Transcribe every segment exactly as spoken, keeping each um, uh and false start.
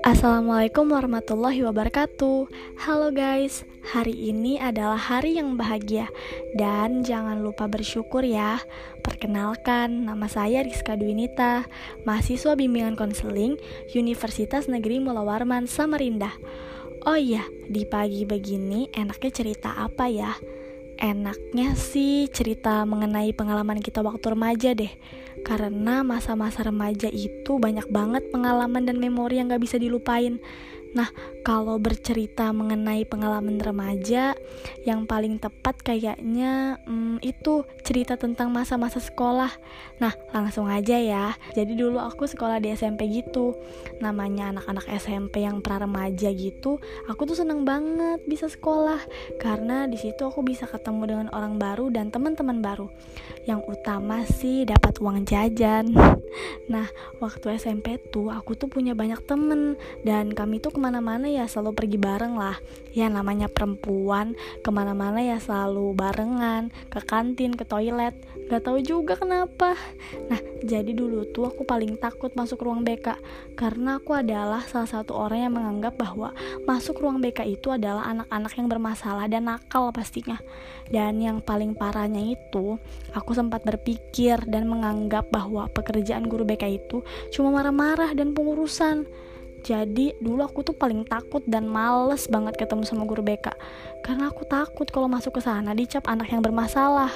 Assalamualaikum warahmatullahi wabarakatuh. Halo guys, hari ini adalah hari yang bahagia dan jangan lupa bersyukur ya. Perkenalkan, nama saya Rizka Dwinita, mahasiswa bimbingan konseling Universitas Negeri Mula Warman Samarinda. Oh iya, di pagi begini enaknya cerita apa ya? Enaknya sih cerita mengenai pengalaman kita waktu remaja deh. Karena masa-masa remaja itu banyak banget pengalaman dan memori yang gak bisa dilupain. Nah, kalau bercerita mengenai pengalaman remaja, yang paling tepat kayaknya hmm, itu cerita tentang masa-masa sekolah. Nah, langsung aja ya. Jadi dulu aku sekolah di S M P gitu. Namanya anak-anak S M P yang pra-remaja gitu. Aku tuh seneng banget bisa sekolah karena di situ aku bisa ketemu dengan orang baru dan teman-teman baru. Yang utama sih dapat uang jajan. Nah, waktu S M P tuh aku tuh punya banyak temen dan kami tuh kemana-mana ya selalu pergi bareng lah. Ya namanya perempuan, kemana-mana ya selalu barengan, ke kantin, ke toilet. Gak tahu juga kenapa. Nah, jadi dulu tuh aku paling takut masuk ruang B K karena aku adalah salah satu orang yang menganggap bahwa masuk ruang B K itu adalah anak-anak yang bermasalah dan nakal pastinya. Dan yang paling parahnya itu, aku sempat berpikir dan menganggap bahwa pekerjaan guru B K itu cuma marah-marah dan pengurusan. Jadi dulu aku tuh paling takut dan males banget ketemu sama guru B K karena aku takut kalau masuk ke sana dicap anak yang bermasalah.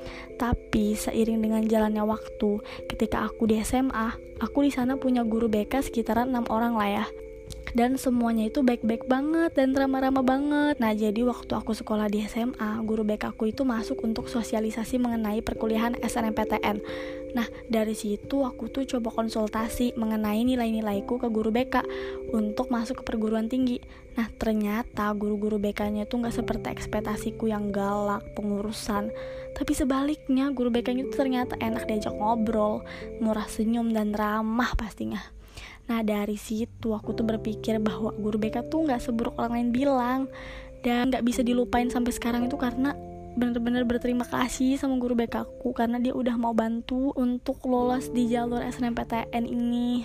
Tapi seiring dengan jalannya waktu, ketika aku di S M A, aku di sana punya guru B K sekitaran enam orang lah ya. Dan semuanya itu baik-baik banget dan ramah-ramah banget. Nah, jadi waktu aku sekolah di S M A, guru B K aku itu masuk untuk sosialisasi mengenai perkuliahan S N M P T N. Nah, dari situ aku tuh coba konsultasi mengenai nilai-nilaiku ke guru B K untuk masuk ke perguruan tinggi. Nah, ternyata guru-guru B K-nya tuh gak seperti ekspektasiku yang galak, pengurusan. Tapi sebaliknya, guru B K-nya tuh ternyata enak diajak ngobrol, murah senyum dan ramah pastinya. Nah, dari situ aku tuh berpikir bahwa guru B K tuh gak seburuk orang lain bilang. Dan gak bisa dilupain sampai sekarang itu karena bener-bener berterima kasih sama guru B K aku karena dia udah mau bantu untuk lolos di jalur S N M P T N ini.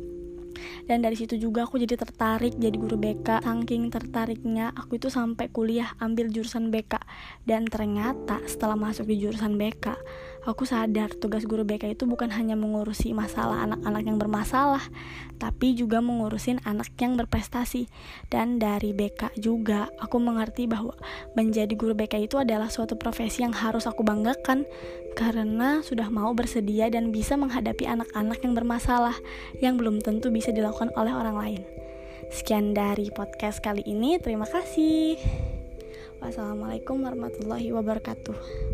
Dan dari situ juga aku jadi tertarik jadi guru B K. Saking tertariknya aku itu sampai kuliah ambil jurusan B K. Dan ternyata setelah masuk di jurusan B K, aku sadar tugas guru B K itu bukan hanya mengurusi masalah anak-anak yang bermasalah, tapi juga mengurusin anak yang berprestasi. Dan dari B K juga aku mengerti bahwa menjadi guru B K itu adalah suatu profesi yang harus aku banggakan karena sudah mau bersedia dan bisa menghadapi anak-anak yang bermasalah yang belum tentu bisa dilakukan oleh orang lain. Sekian dari podcast kali ini, terima kasih. Wassalamualaikum warahmatullahi wabarakatuh.